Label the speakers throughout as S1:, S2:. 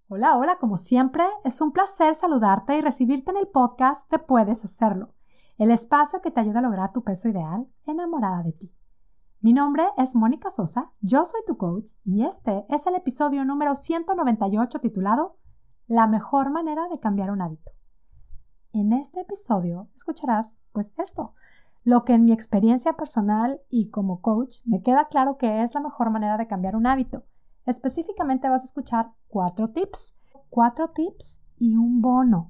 S1: Hola, hola, como siempre, es un placer saludarte y recibirte en el podcast de Puedes Hacerlo, el espacio que te ayuda a lograr tu peso ideal enamorada de ti. Mi nombre es Mónica Sosa, yo soy tu coach y este es el episodio número 198 titulado La mejor manera de cambiar un hábito. En este episodio escucharás, pues esto, lo que en mi experiencia personal y como coach me queda claro que es la mejor manera de cambiar un hábito. Específicamente vas a escuchar 4 tips y un bono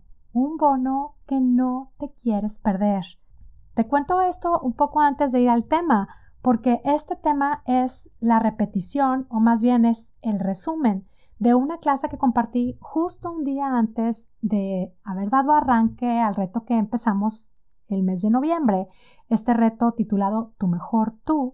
S1: que no te quieres perder. Te cuento esto un poco antes de ir al tema, porque este tema es la repetición, o más bien es el resumen de una clase que compartí justo un día antes de haber dado arranque al reto que empezamos el mes de noviembre, este reto titulado Tu Mejor Tú.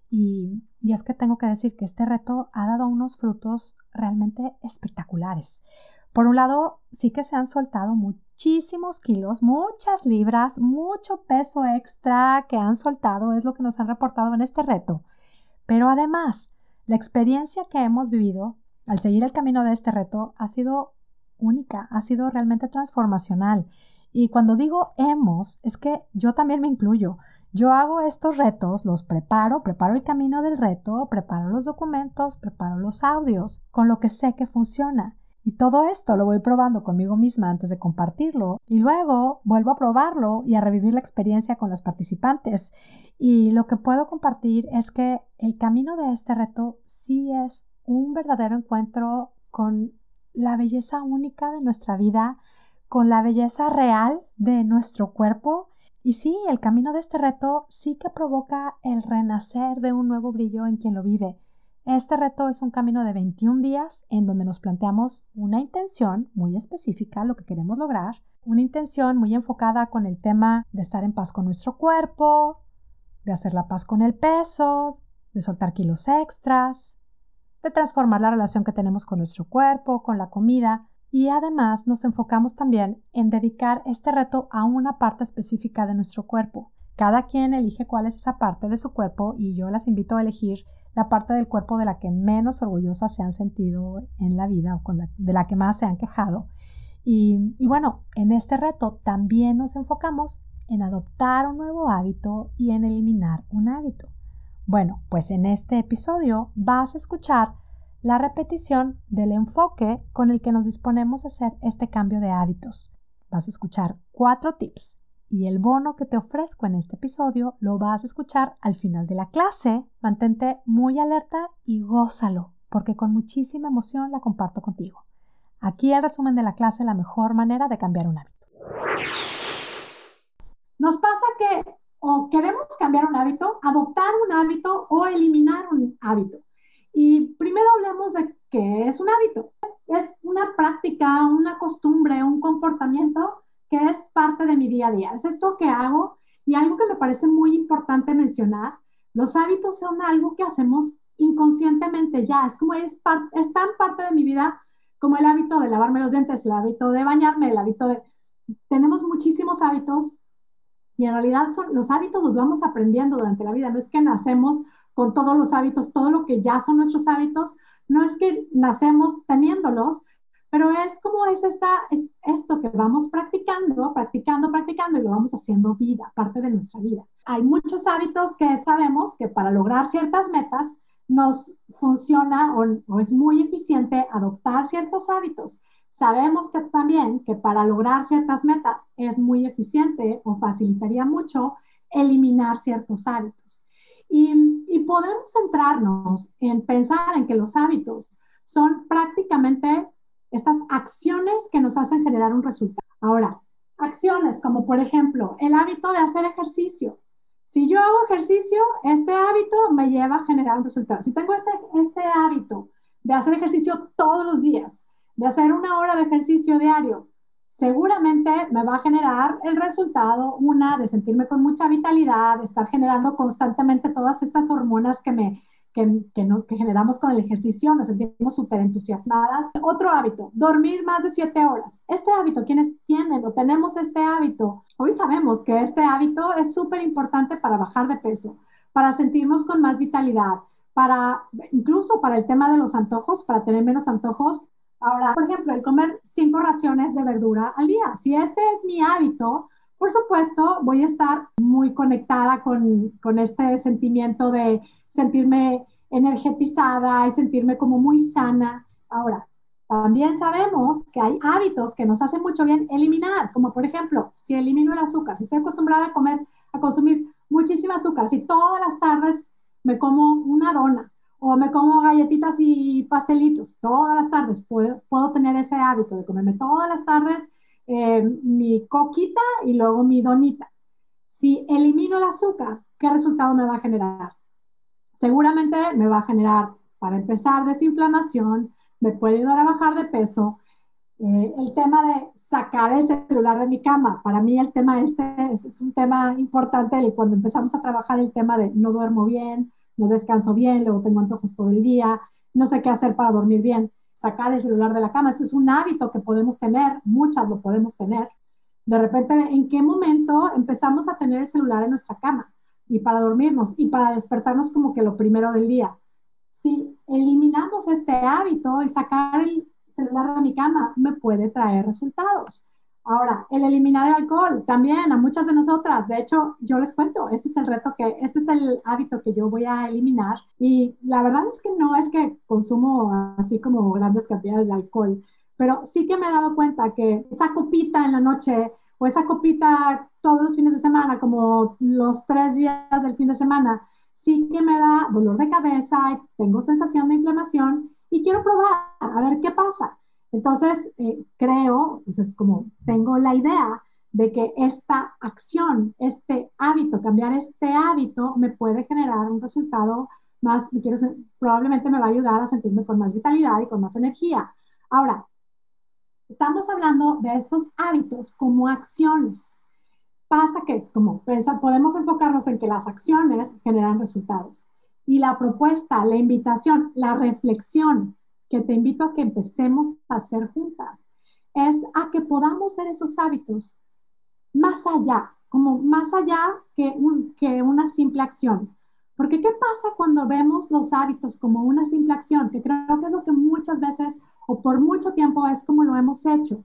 S1: Y es que tengo que decir que este reto ha dado unos frutos realmente espectaculares. Por un lado, sí que se han soltado muchísimos kilos, muchas libras, mucho peso extra que han soltado, es lo que nos han reportado en este reto. Pero además, la experiencia que hemos vivido al seguir el camino de este reto ha sido única, ha sido realmente transformacional. Y cuando digo hemos, es que yo también me incluyo. Yo hago estos retos, los preparo el camino del reto, preparo los documentos, preparo los audios, con lo que sé que funciona. Y todo esto lo voy probando conmigo misma antes de compartirlo y luego vuelvo a probarlo y a revivir la experiencia con las participantes. Y lo que puedo compartir es que el camino de este reto sí es un verdadero encuentro con la belleza única de nuestra vida, con la belleza real de nuestro cuerpo. Y sí, el camino de este reto sí que provoca el renacer de un nuevo brillo en quien lo vive. Este reto es un camino de 21 días en donde nos planteamos una intención muy específica, lo que queremos lograr, una intención muy enfocada con el tema de estar en paz con nuestro cuerpo, de hacer la paz con el peso, de soltar kilos extras, de transformar la relación que tenemos con nuestro cuerpo, con la comida. Y además nos enfocamos también en dedicar este reto a una parte específica de nuestro cuerpo. Cada quien elige cuál es esa parte de su cuerpo y yo las invito a elegir la parte del cuerpo de la que menos orgullosas se han sentido en la vida o de la que más se han quejado. Y bueno, en este reto también nos enfocamos en adoptar un nuevo hábito y en eliminar un hábito. Bueno, pues en este episodio vas a escuchar la repetición del enfoque con el que nos disponemos a hacer este cambio de hábitos. Vas a escuchar 4 tips y el bono que te ofrezco en este episodio lo vas a escuchar al final de la clase. Mantente muy alerta y gózalo, porque con muchísima emoción la comparto contigo. Aquí el resumen de la clase, la mejor manera de cambiar un hábito. Nos pasa que o queremos cambiar un hábito, adoptar un hábito o eliminar un hábito. Y primero hablemos de qué es un hábito. Es una práctica, una costumbre, un comportamiento que es parte de mi día a día. Es esto que hago y algo que me parece muy importante mencionar. Los hábitos son algo que hacemos inconscientemente ya. Es como es tan parte de mi vida como el hábito de lavarme los dientes, el hábito de bañarme, el hábito de... Tenemos muchísimos hábitos y en realidad los hábitos los vamos aprendiendo durante la vida. No es que nacemos con todos los hábitos, todo lo que ya son nuestros hábitos, no es que nacemos teniéndolos, pero es como es esto que vamos practicando y lo vamos haciendo vida, parte de nuestra vida. Hay muchos hábitos que sabemos que para lograr ciertas metas nos funciona o es muy eficiente adoptar ciertos hábitos. Sabemos que también que para lograr ciertas metas es muy eficiente o facilitaría mucho eliminar ciertos hábitos. Y podemos centrarnos en pensar en que los hábitos son prácticamente estas acciones que nos hacen generar un resultado. Ahora, acciones como por ejemplo el hábito de hacer ejercicio. Si yo hago ejercicio, este hábito me lleva a generar un resultado. Si tengo este hábito de hacer ejercicio todos los días, de hacer 1 hora de ejercicio diario, seguramente me va a generar el resultado, de sentirme con mucha vitalidad, de estar generando constantemente todas estas hormonas que generamos con el ejercicio, nos sentimos súper entusiasmadas. Otro hábito, dormir más de 7 horas. Este hábito, quienes tienen o tenemos este hábito, hoy sabemos que este hábito es súper importante para bajar de peso, para sentirnos con más vitalidad, incluso para el tema de los antojos, para tener menos antojos. Ahora, por ejemplo, el comer 5 raciones de verdura al día. Si este es mi hábito, por supuesto, voy a estar muy conectada con este sentimiento de sentirme energetizada y sentirme como muy sana. Ahora, también sabemos que hay hábitos que nos hacen mucho bien eliminar, como por ejemplo, si elimino el azúcar, si estoy acostumbrada a comer, a consumir muchísima azúcar, si todas las tardes me como una dona, o me como galletitas y pastelitos todas las tardes. Puedo tener ese hábito de comerme todas las tardes mi coquita y luego mi donita. Si elimino el azúcar, ¿qué resultado me va a generar? Seguramente me va a generar, para empezar, desinflamación, me puede ayudar a bajar de peso. El tema de sacar el celular de mi cama, para mí el tema es un tema importante cuando empezamos a trabajar el tema de no duermo bien, no descanso bien, luego tengo antojos todo el día, no sé qué hacer para dormir bien. Sacar el celular de la cama, eso es un hábito que podemos tener, muchas lo podemos tener. De repente, ¿en qué momento empezamos a tener el celular en nuestra cama? Y para dormirnos y para despertarnos como que lo primero del día. Si eliminamos este hábito, el sacar el celular de mi cama me puede traer resultados. Ahora, el eliminar el alcohol también a muchas de nosotras. De hecho, yo les cuento, este es el reto este es el hábito que yo voy a eliminar. Y la verdad es que no es que consumo así como grandes cantidades de alcohol, pero sí que me he dado cuenta que esa copita en la noche o esa copita todos los fines de semana, como los 3 días del fin de semana, sí que me da dolor de cabeza, tengo sensación de inflamación y quiero probar a ver qué pasa. Entonces, creo, pues es como tengo la idea de que esta acción, este hábito, cambiar este hábito, me puede generar un resultado más, probablemente me va a ayudar a sentirme con más vitalidad y con más energía. Ahora, estamos hablando de estos hábitos como acciones. Pasa que es como, podemos enfocarnos en que las acciones generan resultados. Y la propuesta, la invitación, la reflexión que te invito a que empecemos a hacer juntas es a que podamos ver esos hábitos más allá, como más allá que una simple acción. Porque ¿qué pasa cuando vemos los hábitos como una simple acción? Que creo que es lo que muchas veces o por mucho tiempo es como lo hemos hecho.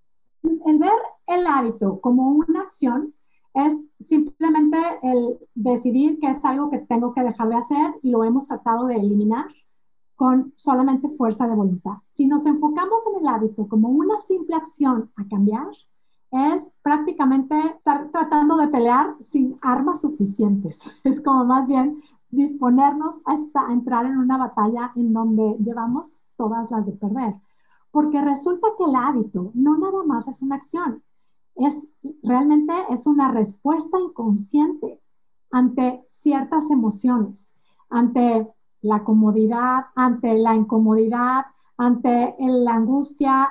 S1: El ver el hábito como una acción es simplemente el decidir que es algo que tengo que dejar de hacer y lo hemos tratado de eliminar con solamente fuerza de voluntad. Si nos enfocamos en el hábito como una simple acción a cambiar, es prácticamente estar tratando de pelear sin armas suficientes. Es como más bien disponernos a entrar en una batalla en donde llevamos todas las de perder. Porque resulta que el hábito no nada más es una acción, realmente es una respuesta inconsciente ante ciertas emociones, ante la comodidad, ante la incomodidad, ante la angustia,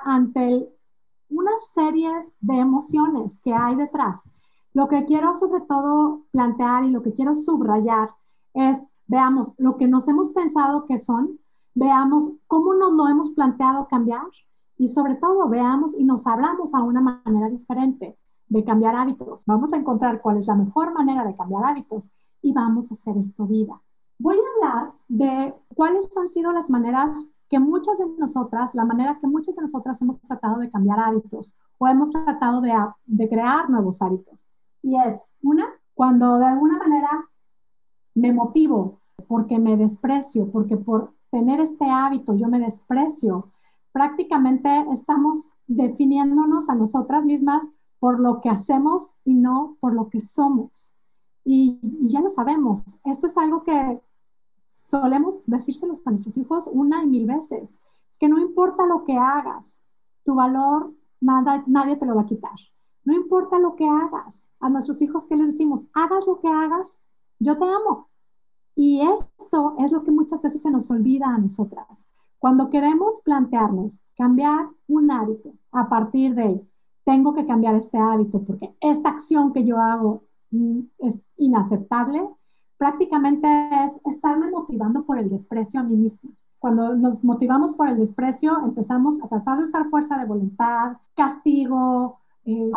S1: una serie de emociones que hay detrás. Lo que quiero sobre todo plantear y lo que quiero subrayar es, veamos, lo que nos hemos pensado que son, veamos cómo nos lo hemos planteado cambiar y sobre todo veamos y nos hablamos a una manera diferente de cambiar hábitos. Vamos a encontrar cuál es la mejor manera de cambiar hábitos y vamos a hacer esto vida. Voy a hablar de cuáles han sido las maneras que muchas de nosotras, la manera que muchas de nosotras hemos tratado de cambiar hábitos o hemos tratado de crear nuevos hábitos. Y es una, cuando de alguna manera me motivo porque me desprecio, porque por tener este hábito yo me desprecio, prácticamente estamos definiéndonos a nosotras mismas por lo que hacemos y no por lo que somos. Y ya lo sabemos, esto es algo que solemos decírselos a nuestros hijos una y mil veces. Es que no importa lo que hagas, tu valor nadie te lo va a quitar. No importa lo que hagas. A nuestros hijos, ¿qué les decimos? Hagas lo que hagas, yo te amo. Y esto es lo que muchas veces se nos olvida a nosotras. Cuando queremos plantearnos cambiar un hábito a partir de tengo que cambiar este hábito porque esta acción que yo hago es inaceptable, prácticamente es estarme motivando por el desprecio a mí misma. Cuando nos motivamos por el desprecio, empezamos a tratar de usar fuerza de voluntad, castigo,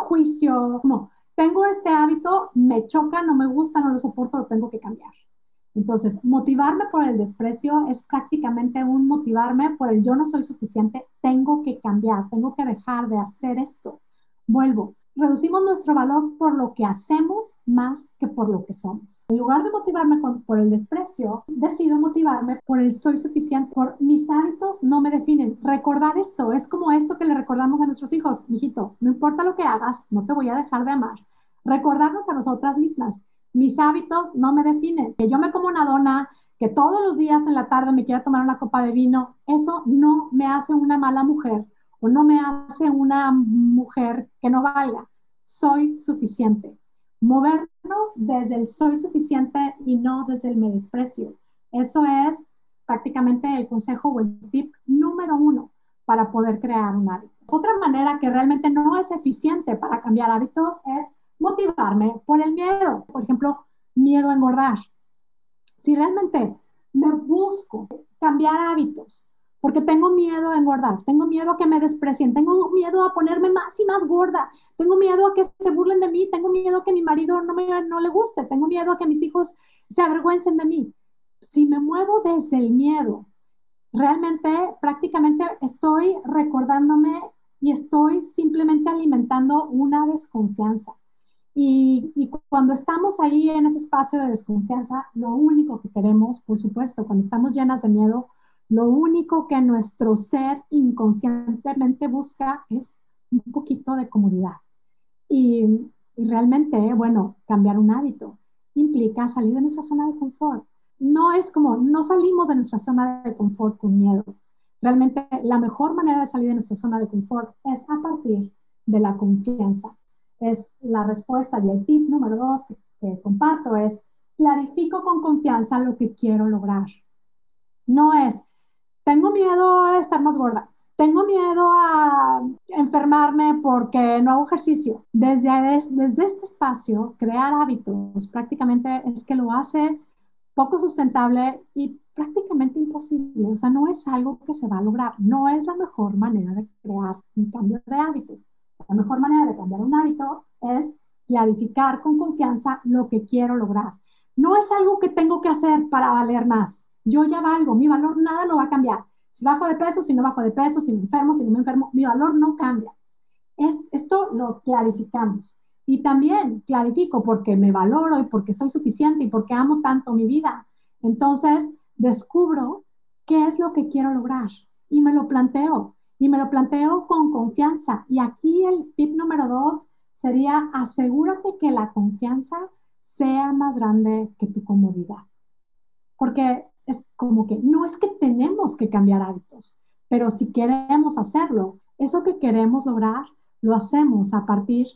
S1: juicio, como tengo este hábito, me choca, no me gusta, no lo soporto, lo tengo que cambiar. Entonces, motivarme por el desprecio es prácticamente un motivarme por el yo no soy suficiente, tengo que cambiar, tengo que dejar de hacer esto. Vuelvo, reducimos nuestro valor por lo que hacemos más que por lo que somos. En lugar de motivarme por el desprecio, decido motivarme por el soy suficiente, por mis hábitos no me definen. Recordar esto es como esto que le recordamos a nuestros hijos, mijito, no importa lo que hagas, no te voy a dejar de amar. Recordarnos a nosotras mismas, mis hábitos no me definen, que yo me como una dona, que todos los días en la tarde me quiera tomar una copa de vino, eso no me hace una mala mujer o no me hace una mujer que no valga. Soy suficiente. Movernos desde el soy suficiente y no desde el me desprecio. Eso es prácticamente el consejo o el tip número 1 para poder crear un hábito. Otra manera que realmente no es eficiente para cambiar hábitos es motivarme por el miedo. Por ejemplo, miedo a engordar. Si realmente me busco cambiar hábitos porque tengo miedo a engordar, tengo miedo a que me desprecien, tengo miedo a ponerme más y más gorda, tengo miedo a que se burlen de mí, tengo miedo a que mi marido no le guste, tengo miedo a que mis hijos se avergüencen de mí. Si me muevo desde el miedo, realmente prácticamente estoy recordándome y estoy simplemente alimentando una desconfianza. Y cuando estamos ahí en ese espacio de desconfianza, lo único que queremos, por supuesto, cuando estamos llenas de miedo, lo único que nuestro ser inconscientemente busca es un poquito de comodidad. Y realmente, bueno, cambiar un hábito implica salir de nuestra zona de confort. No es como, no salimos de nuestra zona de confort con miedo. Realmente la mejor manera de salir de nuestra zona de confort es a partir de la confianza. Es la respuesta y el tip número 2 que comparto es clarifico con confianza lo que quiero lograr. No es, tengo miedo a estar más gorda, tengo miedo a enfermarme porque no hago ejercicio. Desde este espacio, crear hábitos prácticamente es que lo hace poco sustentable y prácticamente imposible. O sea, no es algo que se va a lograr. No es la mejor manera de crear un cambio de hábitos. La mejor manera de cambiar un hábito es clarificar con confianza lo que quiero lograr. No es algo que tengo que hacer para valer más. Yo ya valgo, mi valor nada lo va a cambiar. Si bajo de peso, si no bajo de peso, si me enfermo, si no me enfermo, mi valor no cambia. Esto lo clarificamos. Y también clarifico porque me valoro y porque soy suficiente y porque amo tanto mi vida. Entonces, descubro qué es lo que quiero lograr y me lo planteo. Y me lo planteo con confianza. Y aquí el tip número 2 sería asegúrate que la confianza sea más grande que tu comodidad. Porque es como que no es que tenemos que cambiar hábitos, pero si queremos hacerlo, eso que queremos lograr, lo hacemos a partir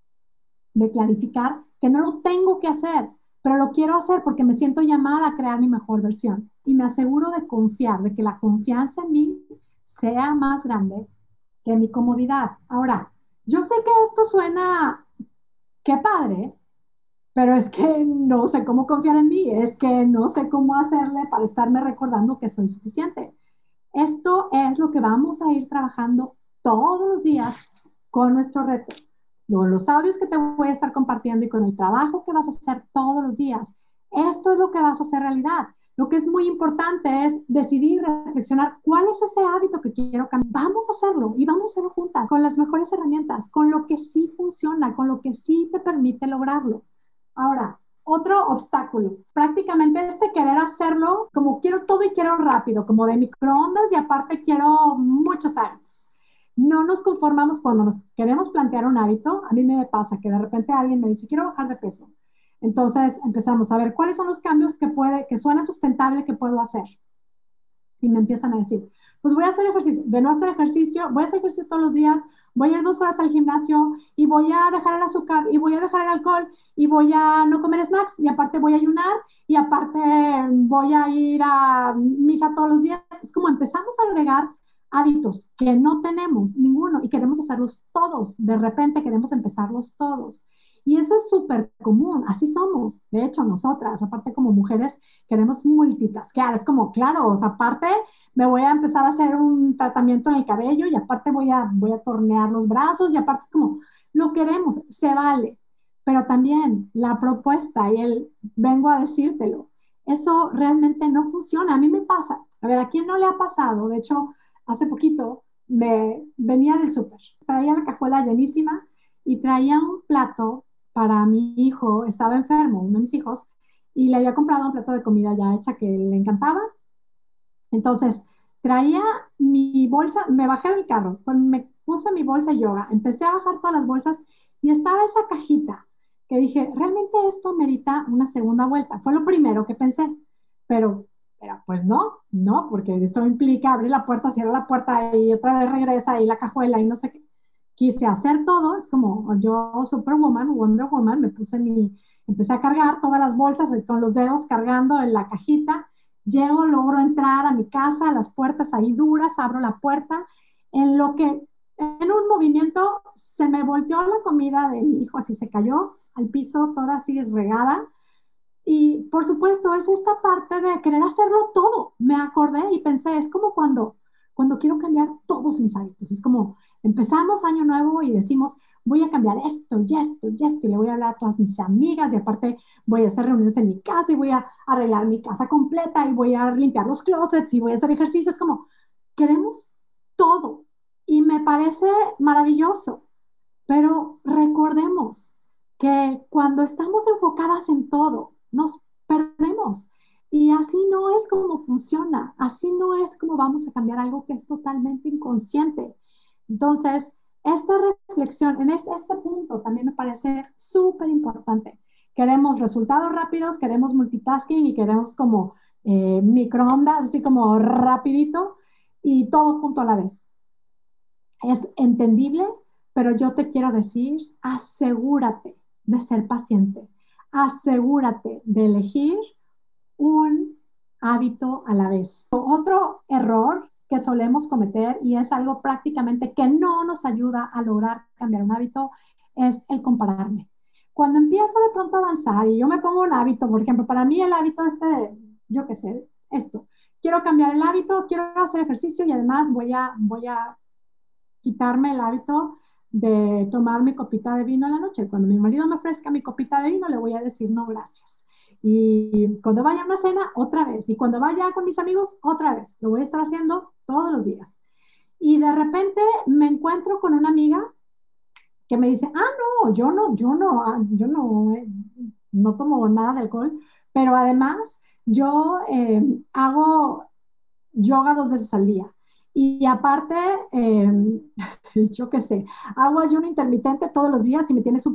S1: de clarificar que no lo tengo que hacer, pero lo quiero hacer porque me siento llamada a crear mi mejor versión. Y me aseguro de confiar, de que la confianza en mí sea más grande que mi comodidad. Ahora, yo sé que esto suena, qué padre, pero es que no sé cómo confiar en mí, es que no sé cómo hacerle para estarme recordando que soy suficiente. Esto es lo que vamos a ir trabajando todos los días con nuestro reto. Los audios que te voy a estar compartiendo y con el trabajo que vas a hacer todos los días. Esto es lo que vas a hacer realidad. Lo que es muy importante es decidir, reflexionar cuál es ese hábito que quiero cambiar. Vamos a hacerlo y vamos a hacerlo juntas, con las mejores herramientas, con lo que sí funciona, con lo que sí te permite lograrlo. Ahora, otro obstáculo, prácticamente este querer hacerlo como quiero todo y quiero rápido, como de microondas y aparte quiero muchos hábitos. No nos conformamos cuando nos queremos plantear un hábito. A mí me pasa que de repente alguien me dice, quiero bajar de peso. Entonces empezamos a ver cuáles son los cambios que suena sustentable que puedo hacer. Y me empiezan a decir, pues voy a hacer ejercicio. De no hacer ejercicio, voy a hacer ejercicio todos los días, voy a ir 2 horas al gimnasio y voy a dejar el azúcar y voy a dejar el alcohol y voy a no comer snacks y aparte voy a ayunar y aparte voy a ir a misa todos los días. Es como empezamos a agregar hábitos que no tenemos ninguno y queremos hacerlos todos. De repente queremos empezarlos todos. Y eso es súper común, así somos. De hecho, nosotras, aparte como mujeres, queremos multitaskear. Es como, claro, o sea, aparte me voy a empezar a hacer un tratamiento en el cabello y aparte voy a tornear los brazos y aparte es como, lo queremos, se vale. Pero también la propuesta y el vengo a decírtelo eso realmente no funciona. A mí me pasa. A ver, ¿a quién no le ha pasado? De hecho, hace poquito me venía del súper, traía la cajuela llenísima y traía un plato para mi hijo, estaba enfermo, uno de mis hijos, y le había comprado un plato de comida ya hecha que le encantaba. Entonces, traía mi bolsa, me bajé del carro, me puse mi bolsa de yoga, empecé a bajar todas las bolsas y estaba esa cajita que dije, realmente esto merita una segunda vuelta. Fue lo primero que pensé, pero, pero pues no, porque eso implica abrir la puerta, cierrar la puerta y otra vez regresa y la cajuela y no sé qué. Quise hacer todo, es como yo, Superwoman, Wonder Woman, empecé a cargar todas las bolsas con los dedos cargando en la cajita. Llego, logro entrar a mi casa, las puertas ahí duras, abro la puerta, en lo que en un movimiento se me volteó la comida de mi hijo, así se cayó al piso, toda así regada. Y por supuesto, es esta parte de querer hacerlo todo. Me acordé y pensé, es como cuando quiero cambiar todos mis hábitos. Es como empezamos año nuevo y decimos, voy a cambiar esto y esto y esto, y le voy a hablar a todas mis amigas, y aparte voy a hacer reuniones en mi casa y voy a arreglar mi casa completa y voy a limpiar los closets y voy a hacer ejercicio. Es como, queremos todo y me parece maravilloso, pero recordemos que cuando estamos enfocadas en todo, nos perdemos. Y así no es como funciona, así no es como vamos a cambiar algo que es totalmente inconsciente. Entonces, esta reflexión en este punto también me parece súper importante. Queremos resultados rápidos, queremos multitasking y queremos como microondas, así como rapidito y todo junto a la vez. Es entendible, pero yo te quiero decir, asegúrate de ser paciente, asegúrate de elegir un hábito a la vez. Otro error que solemos cometer, y es algo prácticamente que no nos ayuda a lograr cambiar un hábito, es el compararme. Cuando empiezo de pronto a avanzar y yo me pongo un hábito, por ejemplo, para mí el hábito yo qué sé, esto, quiero cambiar el hábito, quiero hacer ejercicio y además voy a quitarme el hábito de tomar mi copita de vino en la noche. Cuando mi marido me ofrezca mi copita de vino, le voy a decir no, gracias. Y cuando vaya a una cena, otra vez. Y cuando vaya con mis amigos, otra vez. Lo voy a estar haciendo todos los días. Y de repente me encuentro con una amiga que me dice, no, no tomo nada de alcohol, pero además yo hago yoga 2 veces al día. Y aparte, eh, yo qué sé, hago ayuno intermitente todos los días y me tiene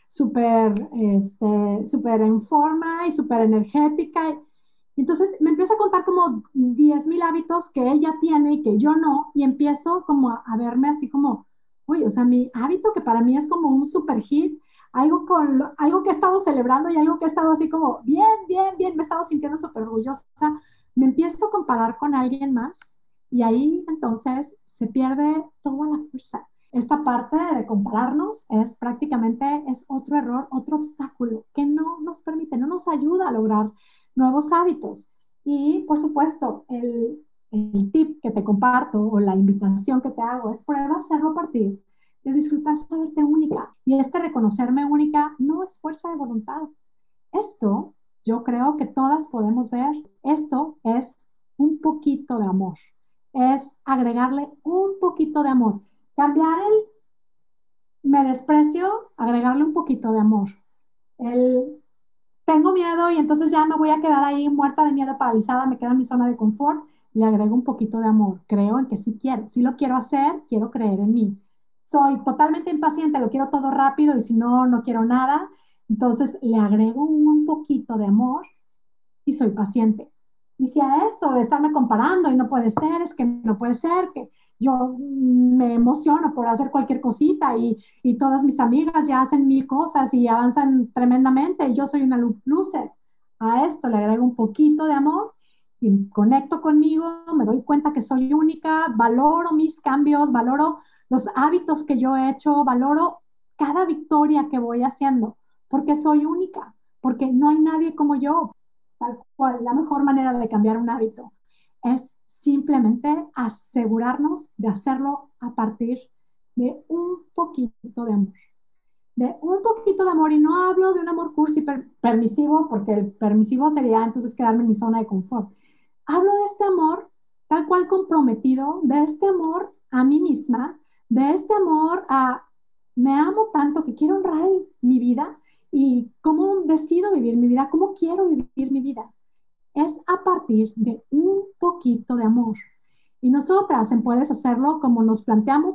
S1: súper en forma y súper energética. Y entonces me empieza a contar como 10,000 hábitos que ella tiene y que yo no, y empiezo como a verme así como, uy, o sea, mi hábito que para mí es como un super hit, algo que he estado celebrando y algo que he estado así como, bien, bien, bien, me he estado sintiendo súper orgullosa, me empiezo a comparar con alguien más y ahí entonces se pierde toda la fuerza. Esta parte de compararnos es prácticamente es otro error, otro obstáculo que no nos permite, no nos ayuda a lograr nuevos hábitos. Y por supuesto, el tip que te comparto o la invitación que te hago es prueba hacerlo a partir de disfrutar saberte única. Y reconocerme única no es fuerza de voluntad. Esto yo creo que todas podemos ver. Esto es un poquito de amor. Es agregarle un poquito de amor. Cambiar el me desprecio, agregarle un poquito de amor. El tengo miedo y entonces ya me voy a quedar ahí muerta de miedo, paralizada, me quedo en mi zona de confort, le agrego un poquito de amor. Creo en que sí quiero, sí lo quiero hacer, quiero creer en mí. Soy totalmente impaciente, lo quiero todo rápido y si no, no quiero nada. Entonces le agrego un poquito de amor y soy paciente. Y si a esto de estarme comparando y no puede ser, es que no puede ser, que yo me emociono por hacer cualquier cosita y todas mis amigas ya hacen 1,000 cosas y avanzan tremendamente y yo soy una loser. A esto le agrego un poquito de amor y conecto conmigo, me doy cuenta que soy única, valoro mis cambios, valoro los hábitos que yo he hecho, valoro cada victoria que voy haciendo, porque soy única, porque no hay nadie como yo. Tal cual, la mejor manera de cambiar un hábito es simplemente asegurarnos de hacerlo a partir de un poquito de amor. de un poquito de amor, y no hablo de un amor cursi permisivo, porque el permisivo sería entonces quedarme en mi zona de confort. Hablo de este amor tal cual comprometido, de este amor a mí misma, de este amor a me amo tanto que quiero honrar mi vida y cómo decido vivir mi vida, cómo quiero vivir mi vida. Es a partir de un poquito de amor. Y nosotras en Puedes Hacerlo, como nos planteamos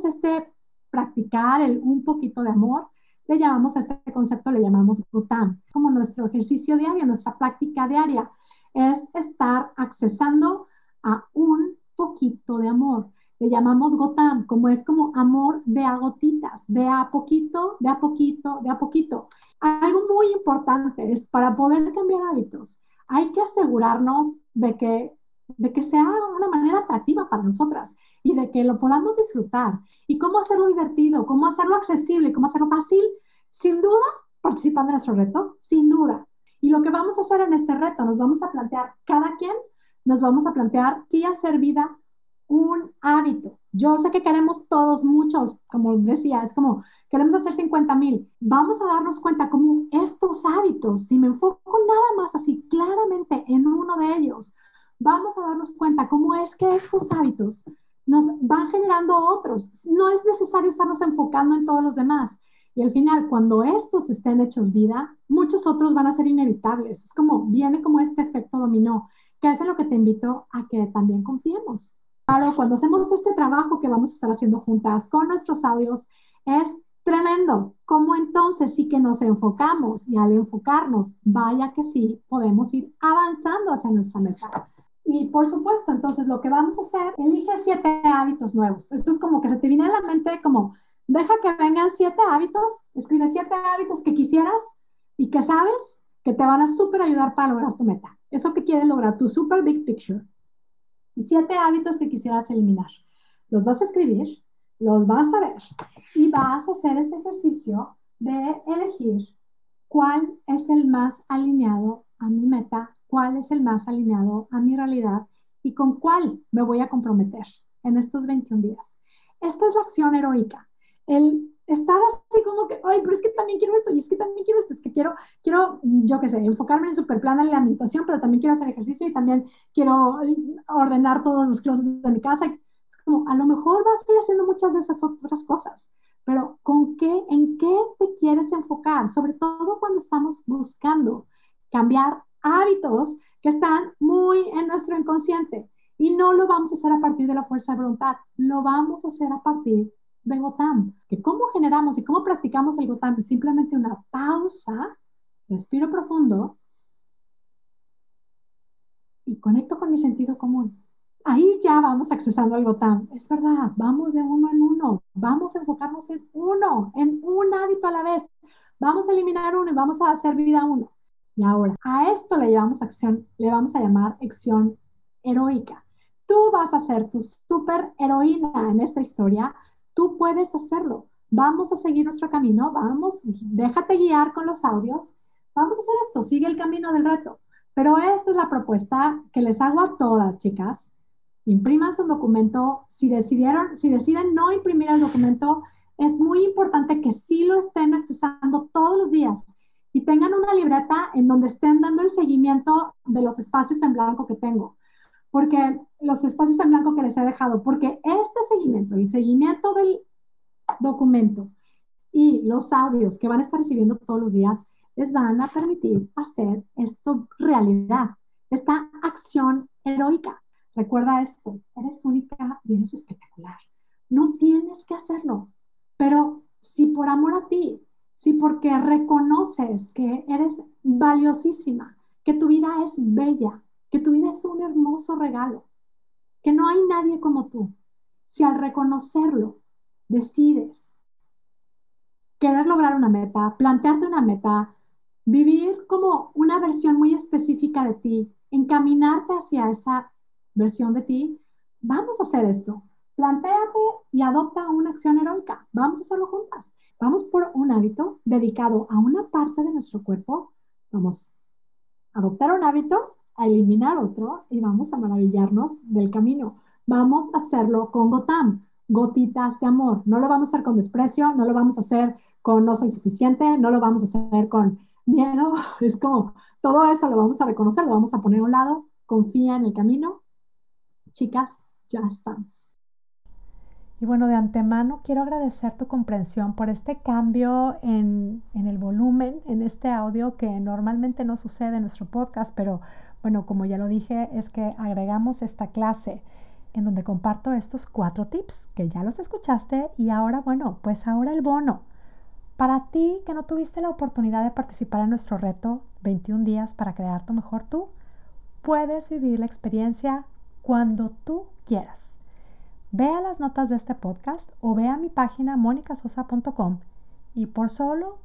S1: practicar el un poquito de amor, le llamamos a este concepto, le llamamos Gotam, como nuestro ejercicio diario, nuestra práctica diaria, es estar accesando a un poquito de amor. Le llamamos Gotam, como es como amor de a gotitas, de a poquito, de a poquito, de a poquito. Algo muy importante es para poder cambiar hábitos, hay que asegurarnos de que sea una manera atractiva para nosotras y de que lo podamos disfrutar. ¿Y cómo hacerlo divertido? ¿Cómo hacerlo accesible? ¿Cómo hacerlo fácil? Sin duda, participando en nuestro reto, sin duda. Y lo que vamos a hacer en este reto, nos vamos a plantear, cada quien nos vamos a plantear si hacer vida un hábito. Yo sé que queremos todos muchos, como decía, es como queremos hacer 50,000. Vamos a darnos cuenta cómo estos hábitos, si me enfoco nada más así claramente en uno de ellos, vamos a darnos cuenta cómo es que estos hábitos nos van generando otros. No es necesario estarnos enfocando en todos los demás. Y al final, cuando estos estén hechos vida, muchos otros van a ser inevitables. Es como, viene como este efecto dominó, que es en lo que te invito a que también confiemos. Claro, cuando hacemos este trabajo que vamos a estar haciendo juntas con nuestros audios, es tremendo. Como entonces sí que nos enfocamos y al enfocarnos, vaya que sí, podemos ir avanzando hacia nuestra meta. Y por supuesto, entonces lo que vamos a hacer, elige 7 hábitos nuevos. Esto es como que se te viene a la mente como, deja que vengan 7 hábitos, escribe 7 hábitos que quisieras y que sabes que te van a súper ayudar para lograr tu meta. Eso que quieres lograr, tu super big picture. Y 7 hábitos que quisieras eliminar. Los vas a escribir, los vas a ver y vas a hacer este ejercicio de elegir cuál es el más alineado a mi meta, cuál es el más alineado a mi realidad y con cuál me voy a comprometer en estos 21 días. Esta es la acción heroica. El estar así como que, ay, pero es que también quiero esto, y es que también quiero esto, es que quiero, yo qué sé, enfocarme en el superplan de la alimentación, pero también quiero hacer ejercicio y también quiero ordenar todos los closets de mi casa. Es como, a lo mejor vas a ir haciendo muchas de esas otras cosas, pero ¿en qué te quieres enfocar? Sobre todo cuando estamos buscando cambiar hábitos que están muy en nuestro inconsciente. Y no lo vamos a hacer a partir de la fuerza de voluntad, lo vamos a hacer a partir de Gotam. Que cómo generamos y cómo practicamos el Gotam es simplemente una pausa, respiro profundo y conecto con mi sentido común. Ahí ya vamos accesando al Gotam. Es verdad, vamos de uno en uno, vamos a enfocarnos en uno, en un hábito a la vez. Vamos a eliminar uno y vamos a hacer vida uno. Y ahora, a esto le llamamos acción, le vamos a llamar acción heroica. Tú vas a ser tu super heroína en esta historia. Tú puedes hacerlo. Vamos a seguir nuestro camino. Vamos, déjate guiar con los audios. Vamos a hacer esto. Sigue el camino del reto. Pero esta es la propuesta que les hago a todas, chicas. Impriman su documento. Si deciden no imprimir el documento, es muy importante que sí lo estén accesando todos los días y tengan una libreta en donde estén dando el seguimiento de los espacios en blanco que tengo. Porque los espacios en blanco que les he dejado, porque este seguimiento, el seguimiento del documento y los audios que van a estar recibiendo todos los días, les van a permitir hacer esto realidad, esta acción heroica. Recuerda esto, eres única y eres espectacular. No tienes que hacerlo, pero si por amor a ti, si porque reconoces que eres valiosísima, que tu vida es bella, que tu vida es un hermoso regalo, que no hay nadie como tú, si al reconocerlo decides querer lograr una meta, plantearte una meta, vivir como una versión muy específica de ti, encaminarte hacia esa versión de ti, vamos a hacer esto. Plantéate y adopta una acción heroica. Vamos a hacerlo juntas. Vamos por un hábito dedicado a una parte de nuestro cuerpo. Vamos a adoptar un hábito, a eliminar otro y vamos a maravillarnos del camino. Vamos a hacerlo con Gotam, gotitas de amor. No lo vamos a hacer con desprecio, no lo vamos a hacer con no soy suficiente, no lo vamos a hacer con miedo. Es como todo eso lo vamos a reconocer, lo vamos a poner a un lado. Confía en el camino. Chicas, ya estamos. Y bueno, de antemano quiero agradecer tu comprensión por este cambio en el volumen, en este audio que normalmente no sucede en nuestro podcast, pero bueno, como ya lo dije, es que agregamos esta clase en donde comparto estos 4 tips que ya los escuchaste y ahora, bueno, pues ahora el bono. Para ti que no tuviste la oportunidad de participar en nuestro reto 21 días para crear tu mejor tú, puedes vivir la experiencia cuando tú quieras. Ve a las notas de este podcast o ve a mi página monicasosa.com y por solo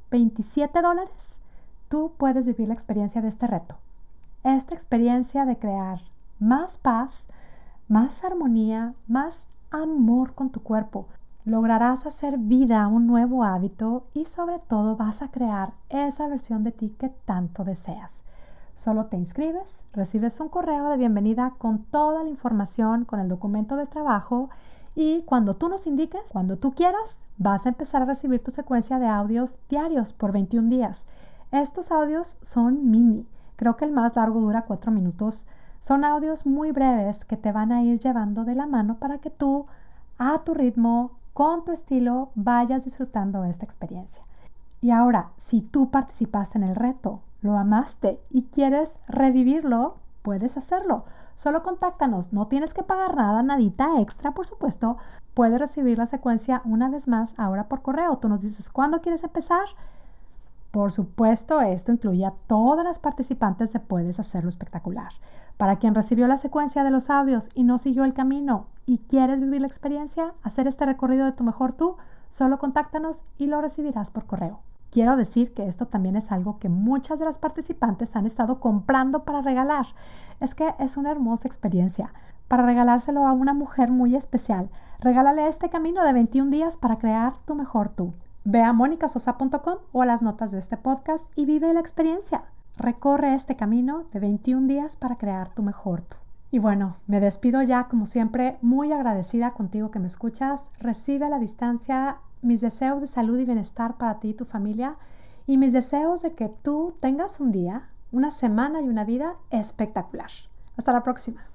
S1: $27 tú puedes vivir la experiencia de este reto. Esta experiencia de crear más paz, más armonía, más amor con tu cuerpo. Lograrás hacer vida un nuevo hábito y sobre todo vas a crear esa versión de ti que tanto deseas. Solo te inscribes, recibes un correo de bienvenida con toda la información, con el documento de trabajo y cuando tú nos indiques, cuando tú quieras, vas a empezar a recibir tu secuencia de audios diarios por 21 días. Estos audios son mini, creo que el más largo dura 4 minutos. Son audios muy breves que te van a ir llevando de la mano para que tú, a tu ritmo, con tu estilo, vayas disfrutando esta experiencia. Y ahora, si tú participaste en el reto, lo amaste y quieres revivirlo, puedes hacerlo. Solo contáctanos, no tienes que pagar nada, nadita extra, por supuesto. Puedes recibir la secuencia una vez más ahora por correo. Tú nos dices, ¿cuándo quieres empezar? Por supuesto, esto incluye a todas las participantes de Puedes Hacerlo Espectacular. Para quien recibió la secuencia de los audios y no siguió el camino y quieres vivir la experiencia, hacer este recorrido de tu mejor tú, solo contáctanos y lo recibirás por correo. Quiero decir que esto también es algo que muchas de las participantes han estado comprando para regalar. Es que es una hermosa experiencia. Para regalárselo a una mujer muy especial, regálale este camino de 21 días para crear tu mejor tú. Ve a monicasosa.com o a las notas de este podcast y vive la experiencia. Recorre este camino de 21 días para crear tu mejor tú. Y bueno, me despido ya como siempre, muy agradecida contigo que me escuchas. Recibe a la distancia mis deseos de salud y bienestar para ti y tu familia y mis deseos de que tú tengas un día, una semana y una vida espectacular. Hasta la próxima.